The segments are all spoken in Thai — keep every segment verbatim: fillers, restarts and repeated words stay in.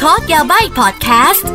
คอร์สยาใบพอดแคสต์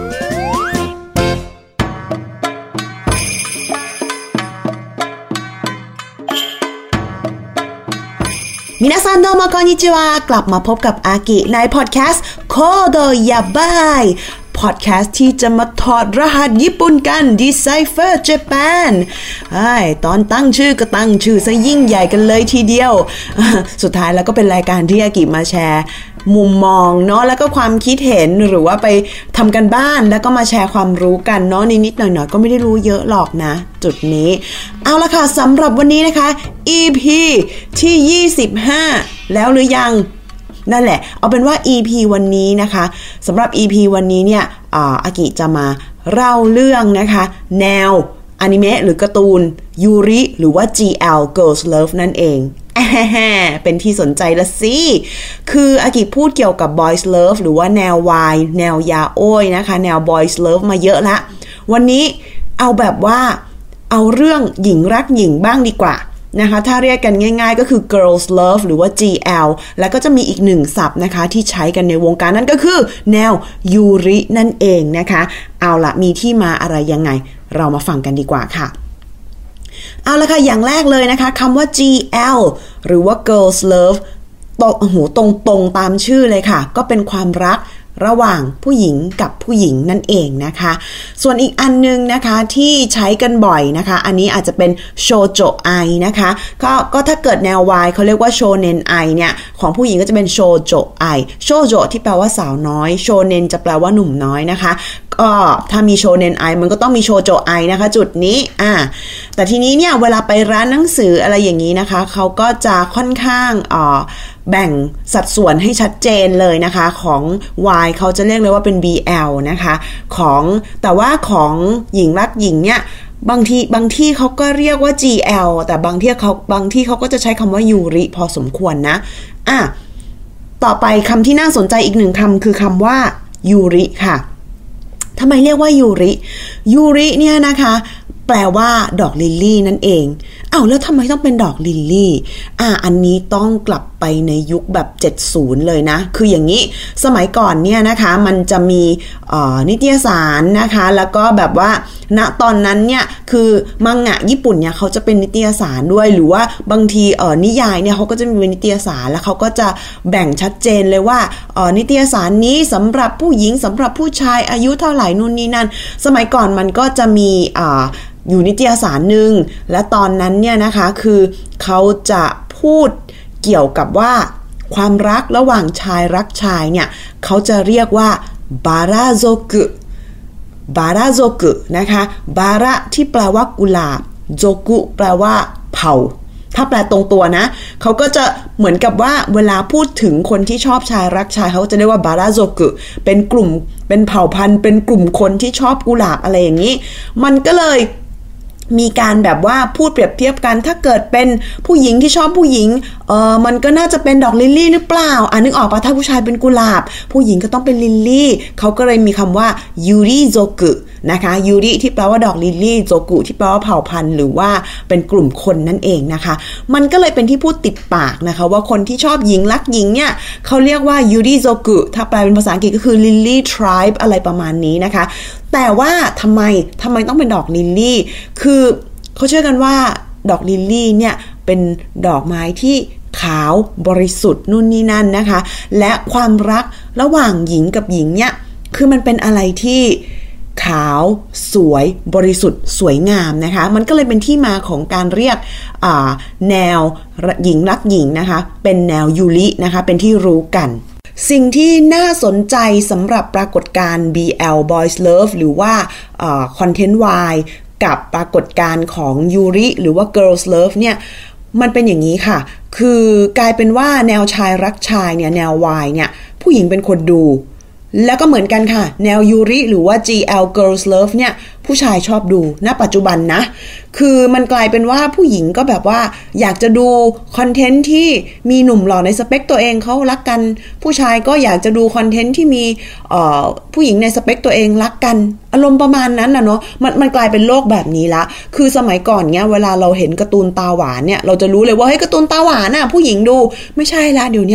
มินาซันโดโมคอนนิจิวากลับมาพบกับอากิในพอดแคสต์โคโดยาบายพอดแคสต์ที่จะมาถอดรหัสญี่ปุ่นกัน Decipher Japan ไอ้ตอนตั้งชื่อก็ตั้งชื่อซะยิ่งใหญ่กันเลยทีเดียวสุดท้ายแล้วก็เป็นรายการที่อากิมาแชร์มุมมองเนาะแล้วก็ความคิดเห็นหรือว่าไปทำกันบ้านแล้วก็มาแชร์ความรู้กันเนาะนิดๆหน่อยๆก็ไม่ได้รู้เยอะหรอกนะจุดนี้เอาละค่ะสำหรับวันนี้นะคะ อี พี ที่ยี่สิบห้าแล้วหรือยังนั่นแหละเอาเป็นว่า อี พี วันนี้นะคะสำหรับ อี พี วันนี้เนี่ยอาอากิจะมาเล่าเรื่องนะคะแนวอนิเมะหรือการ์ตูนยูริหรือว่า จี แอล Girls Love นั่นเองเป็นที่สนใจละสิคืออากิพูดเกี่ยวกับ Boys Love หรือว่าแนววายแนวยาโอ้ยนะคะแนว Boys Love มาเยอะละวันนี้เอาแบบว่าเอาเรื่องหญิงรักหญิงบ้างดีกว่านะคะถ้าเรียกกันง่ายๆก็คือ Girls Love หรือว่า จี แอล แล้วก็จะมีอีกหนึ่งศัพท์นะคะที่ใช้กันในวงการนั่นก็คือแนวยูรินั่นเองนะคะเอาละมีที่มาอะไรยังไงเรามาฟังกันดีกว่าค่ะเอาละค่ะอย่างแรกเลยนะคะคำว่า จี แอล หรือว่า Girls Love ตรงหูตรงๆตามชื่อเลยค่ะก็เป็นความรักระหว่างผู้หญิงกับผู้หญิงนั่นเองนะคะส่วนอีกอันนึงนะคะที่ใช้กันบ่อยนะคะอันนี้อาจจะเป็นโชโจไอนะคะก็ก็ถ้าเกิดแนววายเขาเรียกว่าโชเนนไอเนี่ยของผู้หญิงก็จะเป็นโชโจไอโชโจที่แปลว่าสาวน้อยโชเนนจะแปลว่าหนุ่มน้อยนะคะก็ถ้ามีโชเนนไอมันก็ต้องมีโชโจไอนะคะจุดนี้อ่าแต่ทีนี้เนี่ยเวลาไปร้านหนังสืออะไรอย่างนี้นะคะเขาก็จะค่อนข้างอ่าแบ่งสัดส่วนให้ชัดเจนเลยนะคะของ Y เขาจะเรียกเลยว่าเป็น บี แอล นะคะของแต่ว่าของหญิงรักหญิงเนี่ยบางทีบางที่เขาก็เรียกว่า จี แอล แต่บางที่เขาบางที่เขาก็จะใช้คำว่ายูริพอสมควรนะอ่ะต่อไปคำที่น่าสนใจอีกหนึ่งคำคือคำว่ายูริค่ะทำไมเรียกว่ายูริยูริเนี่ยนะคะแปลว่าดอกลิลลี่นั่นเองอ้าวแล้วทำไมต้องเป็นดอกลิลลี่อ่าอันนี้ต้องกลับไปในยุคแบบเจ็ดสิบเลยนะคืออย่างนี้สมัยก่อนเนี่ยนะคะมันจะมีเอ่อนิตยสารนะคะแล้วก็แบบว่าณตอนนั้นเนี่ยคือมังงะญี่ปุ่นเนี่ยเขาจะเป็นนิตยสารด้วยหรือว่าบางทีเอ่อนิยายเนี่ยเขาก็จะมีนิตยสารแล้วเขาก็จะแบ่งชัดเจนเลยว่าเอ่อนิตยสารนี้สำหรับผู้หญิงสำหรับผู้ชายอายุเท่าไหร่นู่นนี่นั่นสมัยก่อนมันก็จะมีอ่าอยู่นิตยสารหนึ่งและตอนนั้นเนี่ยนะคะคือเขาจะพูดเกี่ยวกับว่าความรักระหว่างชายรักชายเนี่ยเขาจะเรียกว่าบาราโซกุบาราโซกุนะคะบาระที่แปลว่ากุหลาบโซกุแปลว่าเผ่าถ้าแปลตรงตัวนะเขาก็จะเหมือนกับว่าเวลาพูดถึงคนที่ชอบชายรักชายเขาจะเรียกว่าบาราโซกุเป็นกลุ่มเป็นเผ่าพันธุ์เป็นกลุ่มคนที่ชอบกุหลาบอะไรอย่างนี้มันก็เลยมีการแบบว่าพูดเปรียบเทียบกันถ้าเกิดเป็นผู้หญิงที่ชอบผู้หญิงเออมันก็น่าจะเป็นดอกลิลลี่หรือเปล่าอ่ะนึกออกปะถ้าผู้ชายเป็นกุหลาบผู้หญิงก็ต้องเป็นลิลลี่เขาก็เลยมีคำว่ายูริโซกุนะคะยูริที่แปลว่าดอกลิลลี่โซกุที่แปลว่าเผ่าพันธุ์หรือว่าเป็นกลุ่มคนนั่นเองนะคะมันก็เลยเป็นที่พูดติดปากนะคะว่าคนที่ชอบหญิงรักหญิงเนี่ยเขาเรียกว่ายูริโซกุถ้าแปลเป็นภาษาอังกฤษก็คือลิลลี่ทริบอะไรประมาณนี้นะคะแต่ว่าทำไมทำไมต้องเป็นดอกลิลลี่คือเขาเชื่อกันว่าดอกลิลลี่เนี่ยเป็นดอกไม้ที่ขาวบริสุทธิ์นู่นนี่นั่นนะคะและความรักระหว่างหญิงกับหญิงเนี่ยคือมันเป็นอะไรที่ขาวสวยบริสุทธิ์สวยงามนะคะมันก็เลยเป็นที่มาของการเรียกแนวหญิงรักหญิงนะคะเป็นแนวยูรินะคะเป็นที่รู้กันสิ่งที่น่าสนใจสำหรับปรากฏการณ์ บี แอล Boys Love หรือว่าคอนเทนต์ Y กับปรากฏการณ์ของยูริหรือว่า Girls Love เนี่ยมันเป็นอย่างนี้ค่ะคือกลายเป็นว่าแนวชายรักชายเนี่ยแนว Y เนี่ยผู้หญิงเป็นคนดูแล้วก็เหมือนกันค่ะแนวยูริหรือว่า จี แอล Girls Love เนี่ยผู้ชายชอบดูณปัจจุบันนะคือมันกลายเป็นว่าผู้หญิงก็แบบว่าอยากจะดูคอนเทนต์ที่มีหนุ่มหล่อในสเปคตัวเองเขารักกันผู้ชายก็อยากจะดูคอนเทนต์ที่มีเอ่อผู้หญิงในสเปคตัวเองรักกันอารมณ์ประมาณนั้นนะเนาะมันมันกลายเป็นโลกแบบนี้ละคือสมัยก่อนเนี้ยเวลาเราเห็นการ์ตูนตาหวานเนี่ยเราจะรู้เลยว่าเฮ้ยการ์ตูนตาหวานน่ะผู้หญิงดูไม่ใช่ละเดี๋ยวนี้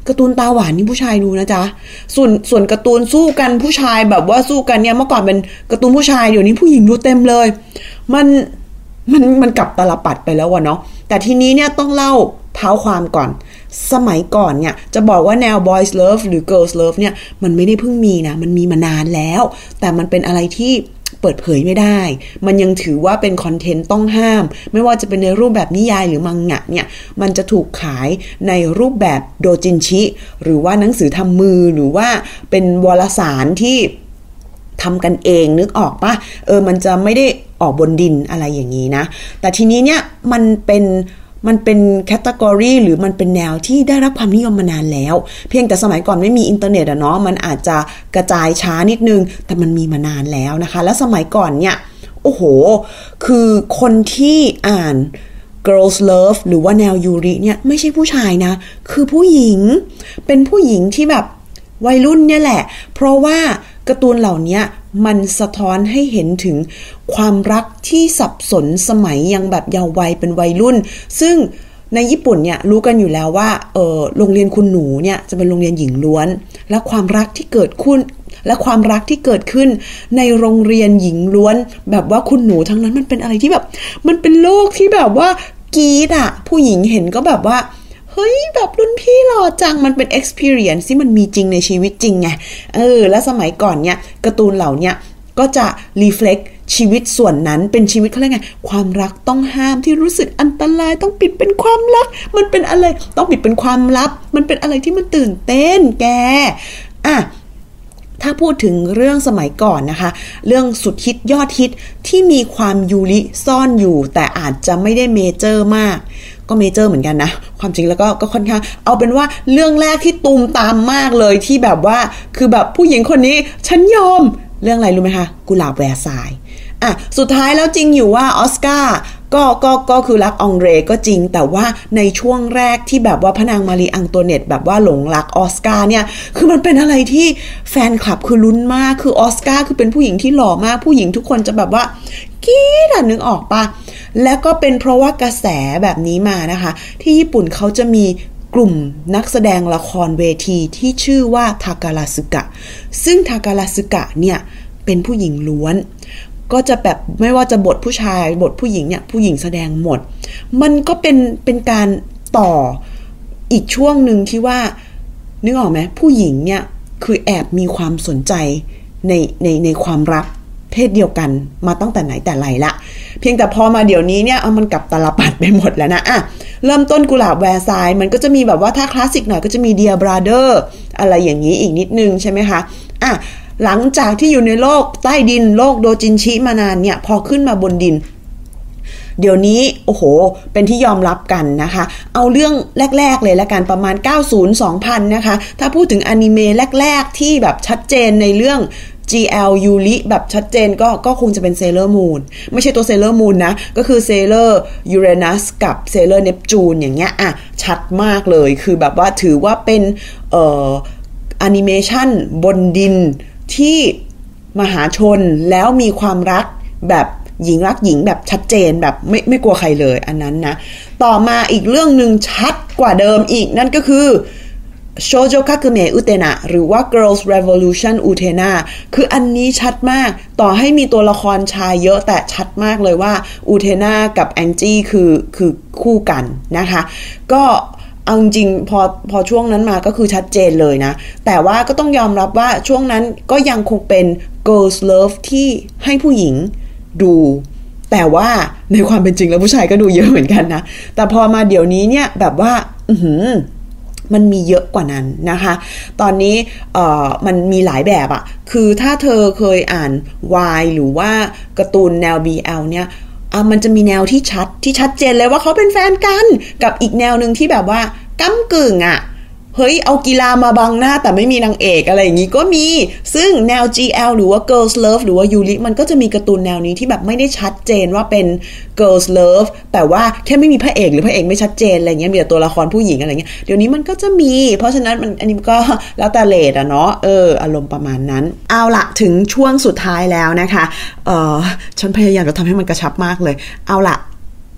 การ์ตูนตาหวานนี่ผู้ชายดูนะจ๊ะส่วนส่วนการ์ตูนสู้กันผู้ชายแบบว่าสู้กันเนี่ยเมื่อก่อนเป็นการ์ตูนผู้ชายเดี๋ยวนี้ผู้หญิงดูเต็มเลยมันมันมันกลับตลปัดไปแล้ววะเนาะแต่ทีนี้เนี่ยต้องเล่าเท้าความก่อนสมัยก่อนเนี่ยจะบอกว่าแนว boys love หรือ girls love เนี่ยมันไม่ได้เพิ่งมีนะมันมีมานานแล้วแต่มันเป็นอะไรที่เปิดเผยไม่ได้มันยังถือว่าเป็นคอนเทนต์ต้องห้ามไม่ว่าจะเป็นในรูปแบบนิยายหรือมังงะเนี่ยมันจะถูกขายในรูปแบบโดจินชิหรือว่าหนังสือทำมือหรือว่าเป็นวารสารที่ทำกันเองนึกออกปะเออมันจะไม่ได้ออกบนดินอะไรอย่างนี้นะแต่ทีนี้เนี่ยมันเป็นมันเป็นแคตตากรีหรือมันเป็นแนวที่ได้รับความนิยมมานานแล้วเพียงแต่สมัยก่อนไม่มีอินเทอร์เน็ตอะเนาะมันอาจจะกระจายช้านิดนึงแต่มันมีมานานแล้วนะคะและสมัยก่อนเนี่ยโอ้โหคือคนที่อ่าน girls love หรือว่าแนวยูริเนี่ยไม่ใช่ผู้ชายนะคือผู้หญิงเป็นผู้หญิงที่แบบวัยรุ่นเนี่ยแหละเพราะว่าการ์ตูนเหล่านี้มันสะท้อนให้เห็นถึงความรักที่สับสนสมัยยังแบบเยาว์วัยเป็นวัยรุ่นซึ่งในญี่ปุ่นเนี่ยรู้กันอยู่แล้วว่าเออโรงเรียนคุณหนูเนี่ยจะเป็นโรงเรียนหญิงล้วนและความรักที่เกิดขึ้นและความรักที่เกิดขึ้นในโรงเรียนหญิงล้วนแบบว่าคุณหนูทั้งนั้นมันเป็นอะไรที่แบบมันเป็นโลกที่แบบว่ากรี๊ดอะผู้หญิงเห็นก็แบบว่าเฮ้ยแบบรุ่นพี่หล่อจังมันเป็น experience ที่มันมีจริงในชีวิตจริงไงเออและสมัยก่อนเนี่ยการ์ตูนเหล่านี้ก็จะ reflect ชีวิตส่วนนั้นเป็นชีวิตเขาเรียกไงความรักต้องห้ามที่รู้สึกอันตรายต้องปิดเป็นความลับมันเป็นอะไรต้องปิดเป็นความลับมันเป็นอะไรที่มันตื่นเต้นแกอ่ะถ้าพูดถึงเรื่องสมัยก่อนนะคะเรื่องสุดฮิตยอดฮิตที่มีความยูริซ่อนอยู่แต่อาจจะไม่ได้เมเจอร์มากก็เมเจอร์เหมือนกันนะความจริงแล้วก็ก็ค่อนข้างเอาเป็นว่าเรื่องแรกที่ตูมตามมากเลยที่แบบว่าคือแบบผู้หญิงคนนี้ฉันยอมเรื่องอะไรรู้ไหมคะกุหลาบแวร์ซายน์อ่ะสุดท้ายแล้วจริงอยู่ว่าออสการ์ก็ก็ก็คือรักองเรก็จริงแต่ว่าในช่วงแรกที่แบบว่าพระนางมารีอังโตเนตแบบว่าหลงรักออสการ์เนี่ยคือมันเป็นอะไรที่แฟนคลับคือลุ้นมากคือออสการ์คือเป็นผู้หญิงที่หล่อมากผู้หญิงทุกคนจะแบบว่ากรี๊ดนึกออกปะแล้วก็เป็นเพราะว่ากระแสแบบนี้มานะคะที่ญี่ปุ่นเขาจะมีกลุ่มนักแสดงละครเวทีที่ชื่อว่าทาการาสึกะซึ่งทาการาสึกะเนี่ยเป็นผู้หญิงล้วนก็จะแบบไม่ว่าจะบทผู้ชายบทผู้หญิงเนี่ยผู้หญิงแสดงหมดมันก็เป็นเป็นการต่ออีกช่วงหนึ่งที่ว่านึกออกไหมผู้หญิงเนี่ยคือแอบมีความสนใจในในในความรักเพศเดียวกันมาตั้งแต่ไหนแต่ไรละเพียงแต่พอมาเดี๋ยวนี้เนี่ยเอามันกลับตลปัดไปหมดแล้วนะอ่ะเริ่มต้นกุหลาบแวร์ซายน์มันก็จะมีแบบว่าถ้าคลาสสิกหน่อยก็จะมี Dear Brother อะไรอย่างนี้อีกนิดนึงใช่ไหมคะอ่ะหลังจากที่อยู่ในโลกใต้ดินโลกโดจินชิมานานเนี่ยพอขึ้นมาบนดินเดี๋ยวนี้โอ้โหเป็นที่ยอมรับกันนะคะเอาเรื่องแรกๆเลยละกันประมาณเก้าสิบ สองพันนะคะถ้าพูดถึงอนิเมะแรกๆที่แบบชัดเจนในเรื่อง จี แอล ยูริแบบชัดเจนก็ก็คงจะเป็น Sailor Moon ไม่ใช่ตัว Sailor Moon นะก็คือ Sailor Uranus กับ Sailor Neptune อย่างเงี้ยอ่ะชัดมากเลยคือแบบว่าถือว่าเป็นเอ่อแอนิเมชันบนดินที่มหาชนแล้วมีความรักแบบหญิงรักหญิงแบบชัดเจนแบบไม่ไม่กลัวใครเลยอันนั้นนะต่อมาอีกเรื่องนึงชัดกว่าเดิมอีกนั่นก็คือโชโจคาคุเมะอุเทนะหรือว่า Girls Revolution Utena คืออันนี้ชัดมากต่อให้มีตัวละครชายเยอะแต่ชัดมากเลยว่าอุเทนะกับแองจี้คือคือคู่กันนะคะก็เอาจริงพอพอช่วงนั้นมาก็คือชัดเจนเลยนะแต่ว่าก็ต้องยอมรับว่าช่วงนั้นก็ยังคงเป็น Girls Love ที่ให้ผู้หญิงดูแต่ว่าในความเป็นจริงแล้วผู้ชายก็ดูเยอะเหมือนกันนะแต่พอมาเดี๋ยวนี้เนี่ยแบบว่าอื้อหือมันมีเยอะกว่านั้นนะคะตอนนี้เอ่อมันมีหลายแบบอะคือถ้าเธอเคยอ่าน วาย หรือว่าการ์ตูนแนว บี แอล เนี่ยอ่ะมันจะมีแนวที่ชัดที่ชัดเจนเลยว่าเขาเป็นแฟนกันกับอีกแนวนึงที่แบบว่าก้ำกึ่งอะเฮ้ยเอากีฬามาบังหน้าแต่ไม่มีนางเอกอะไรอย่างงี้ก็มีซึ่งแนว จี แอล หรือว่า Girls Love หรือว่ายูริมันก็จะมีการ์ตูนแนวนี้ที่แบบไม่ได้ชัดเจนว่าเป็น Girls Love แต่ว่าแค่ไม่มีพระเอกหรือพระเอกไม่ชัดเจนอะไรเงี้ยมีแต่ตัวละครผู้หญิงอะไรเงี้ยเดี๋ยวนี้มันก็จะมีเพราะฉะนั้นมันอันนี้ก็แล้วแต่เลทอะเนาะเอออารมณ์ประมาณนั้นเอาละถึงช่วงสุดท้ายแล้วนะคะเออฉันพยายามจะทำให้มันกระชับมากเลยเอาละ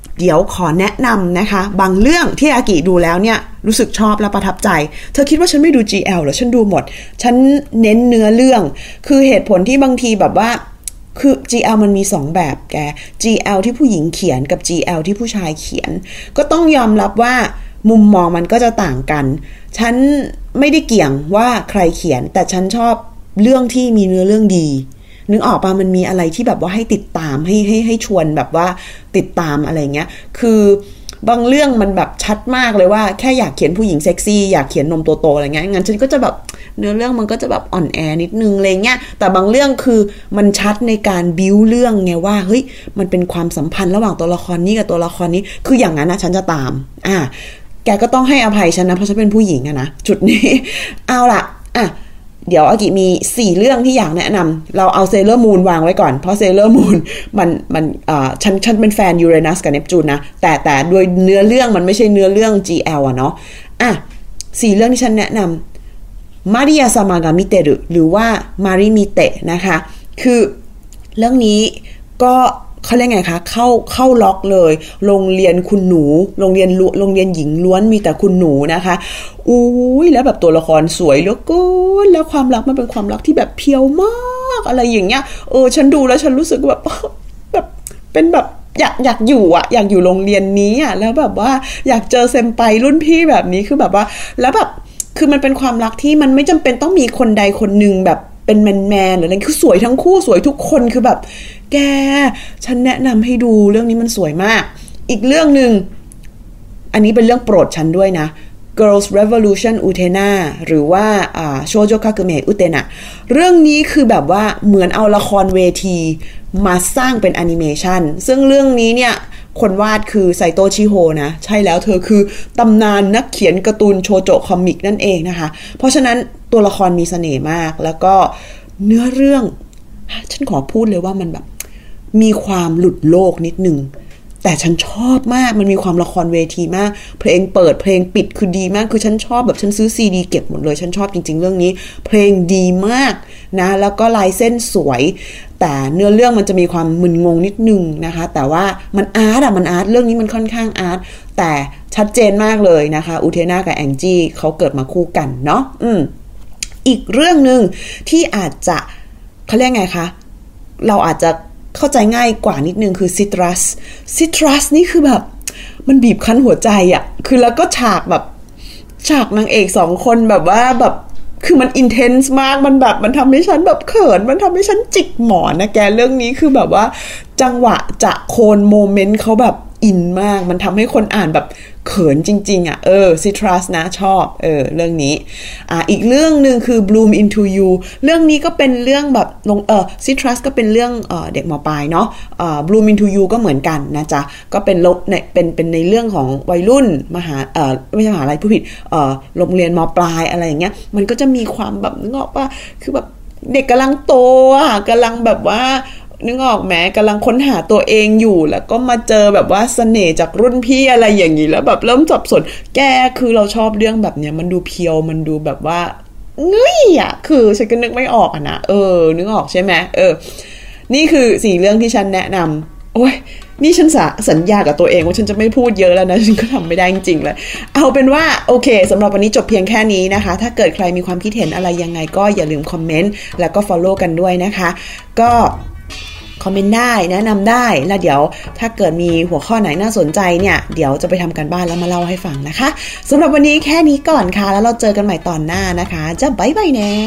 เดี๋ยวขอแนะนำนะคะบางเรื่องที่อากิดูแล้วเนี่ยรู้สึกชอบและประทับใจเธอคิดว่าฉันไม่ดู จี แอล เหรอฉันดูหมดฉันเน้นเนื้อเรื่องคือเหตุผลที่บางทีแบบว่าคือ จี แอล มันมีสองแบบแก จี แอล ที่ผู้หญิงเขียนกับ จี แอล ที่ผู้ชายเขียนก็ต้องยอมรับว่ามุมมองมันก็จะต่างกันฉันไม่ได้เกี่ยงว่าใครเขียนแต่ฉันชอบเรื่องที่มีเนื้อเรื่องดีนึกออกป่ะมันมีอะไรที่แบบว่าให้ติดตามให้ให้ให้ชวนแบบว่าติดตามอะไรเงี้ยคือบางเรื่องมันแบบชัดมากเลยว่าแค่อยากเขียนผู้หญิงเซ็กซี่อยากเขียนนมโตๆอะไรเงี้ยงั้นฉันก็จะแบบเนื้อเรื่องมันก็จะแบบอ่อนแอนิดนึงอะไรเงี้ยแต่บางเรื่องคือมันชัดในการบิ้วเรื่องไงว่าเฮ้ยมันเป็นความสัมพันธ์ระหว่างตัวละครนี้กับตัวละครนี้คืออย่างนั้นนะฉันจะตามอ่ะแกก็ต้องให้อภัยฉันนะเพราะฉันเป็นผู้หญิงอะนะจุดนี้เอาล่ะอ่ะเดี๋ยวอากิมีสี่เรื่องที่อยากแนะนำเราเอาเซเลอร์มูนวางไว้ก่อนเพราะเซเลอร์มูนมันมันอ่าฉันฉันเป็นแฟนยูเรนัสกับเนปจูนนะแต่แต่โดยเนื้อเรื่องมันไม่ใช่เนื้อเรื่อง จี แอล อ่ะเนาะอ่ะสี่เรื่องที่ฉันแนะนำมาริยาซามากามิเตรุหรือว่ามาริมิเตะนะคะคือเรื่องนี้ก็เขาเรียกไงคะเข้าเข้าล็อกเลยโรงเรียนคุณหนูโรงเรียนโรงเรียนหญิงล้วนมีแต่คุณหนูนะคะอุ้ยแล้วแบบตัวละครสวยเหลือเกินแล้วความรักมันเป็นความรักที่แบบเพียวมากอะไรอย่างเงี้ยเออฉันดูแล้วฉันรู้สึกแบบแบบเป็นแบบอยากอยากอยู่อ่ะอยากอยู่โรงเรียนนี้อ่ะแล้วแบบว่าอยากเจอเซมไปรุ่นพี่แบบนี้คือแบบว่าแล้วแบบคือมันเป็นความรักที่มันไม่จำเป็นต้องมีคนใดคนหนึ่งแบบเป็นแมนแมนหรืออะไรคือสวยทั้งคู่สวยทุกคนคือแบบแกฉันแนะนำให้ดูเรื่องนี้มันสวยมากอีกเรื่องนึงอันนี้เป็นเรื่องโปรดฉันด้วยนะ Girls Revolution Utena หรือว่าอ่า Shoujo Kakume Utena เรื่องนี้คือแบบว่าเหมือนเอาละครเวทีมาสร้างเป็นแอนิเมชันซึ่งเรื่องนี้เนี่ยคนวาดคือไซโตะชิโฮนะใช่แล้วเธอคือตำนานนักเขียนการ์ตูนโชโจคอมิกนั่นเองนะคะเพราะฉะนั้นตัวละครมีเสน่ห์มากแล้วก็เนื้อเรื่องฉันขอพูดเลยว่ามันแบบมีความหลุดโลกนิดนึงแต่ฉันชอบมากมันมีความละครเวทีมากเพลงเปิดเพลงปิดคือดีมากคือฉันชอบแบบฉันซื้อซีดีเก็บหมดเลยฉันชอบจริงๆเรื่องนี้เพลงดีมากนะแล้วก็ลายเส้นสวยแต่เนื้อเรื่องมันจะมีความมึนงงนิดนึงนะคะแต่ว่ามันอาร์ตอะมันอาร์ตเรื่องนี้มันค่อนข้างอาร์ตแต่ชัดเจนมากเลยนะคะอุเทนากับแองจี้เขาเกิดมาคู่กันเนาะอืมอีกเรื่องนึงที่อาจจะเขาเรียกไงคะเราอาจจะเข้าใจง่ายกว่านิดนึงคือซิตรัสซิตรัสนี่คือแบบมันบีบคั้นหัวใจอะคือแล้วก็ฉากแบบฉากนางเอกสองคนแบบว่าแบบคือมันอินเทนส์มากมันแบบมันทำให้ฉันแบบเขินมันทำให้ฉันจิกหมอนนะแกเรื่องนี้คือแบบว่าจังหวะจะโคนโมเมนต์เขาแบบอินมากมันทำให้คนอ่านแบบเขินจริงๆอ่ะเออ Citrus นะชอบเออเรื่องนี้อ่าอีกเรื่องนึงคือ Bloom into You เรื่องนี้ก็เป็นเรื่องแบบลงเออ Citrus ก็เป็นเรื่องเออเด็กม.ปลายเนาะอ่า Bloom into You ก็เหมือนกันนะจ๊ะก็เป็นลบในเป็นเป็นในเรื่องของวัยรุ่นมหาเออไม่ใช่มหาลัยผู้ผิดเออโรงเรียนม.ปลายอะไรอย่างเงี้ยมันก็จะมีความแบบนึกออกป่ะคือแบบเด็กกำลังโตอ่ะกำลังแบบว่านึกออกแม้กำลังค้นหาตัวเองอยู่แล้วก็มาเจอแบบว่าเสน่ห์จากรุ่นพี่อะไรอย่างนี้แล้วแบบเริ่มสับสนแกคือเราชอบเรื่องแบบเนี้ยมันดูเพียวมันดูแบบว่าเงยอ่ะคือฉันก็นึกไม่ออกอ่ะนะเออนึกออกใช่ไหมเออนี่คือสี่เรื่องที่ฉันแนะนำโอ้ยนี่ฉันสัญญากับตัวเองว่าฉันจะไม่พูดเยอะแล้วนะฉันก็ทำไม่ได้จริงๆเลยเอาเป็นว่าโอเคสำหรับวันนี้จบเพียงแค่นี้นะคะถ้าเกิดใครมีความคิดเห็นอะไรยังไงก็อย่าลืมคอมเมนต์แล้วก็ follow กันด้วยนะคะก็คอมเมนต์ได้แนะนำได้แล้วเดี๋ยวถ้าเกิดมีหัวข้อไหนน่าสนใจเนี่ยเดี๋ยวจะไปทำกันบ้านแล้วมาเล่าให้ฟังนะคะสำหรับวันนี้แค่นี้ก่อนค่ะแล้วเราเจอกันใหม่ตอนหน้านะคะจะบ๊ายบายนะ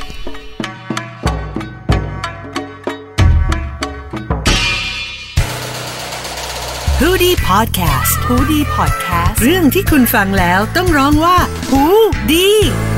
ฮูดี้พอดแคสต์ฮูดี้พอดแคสต์เรื่องที่คุณฟังแล้วต้องร้องว่าฮูดี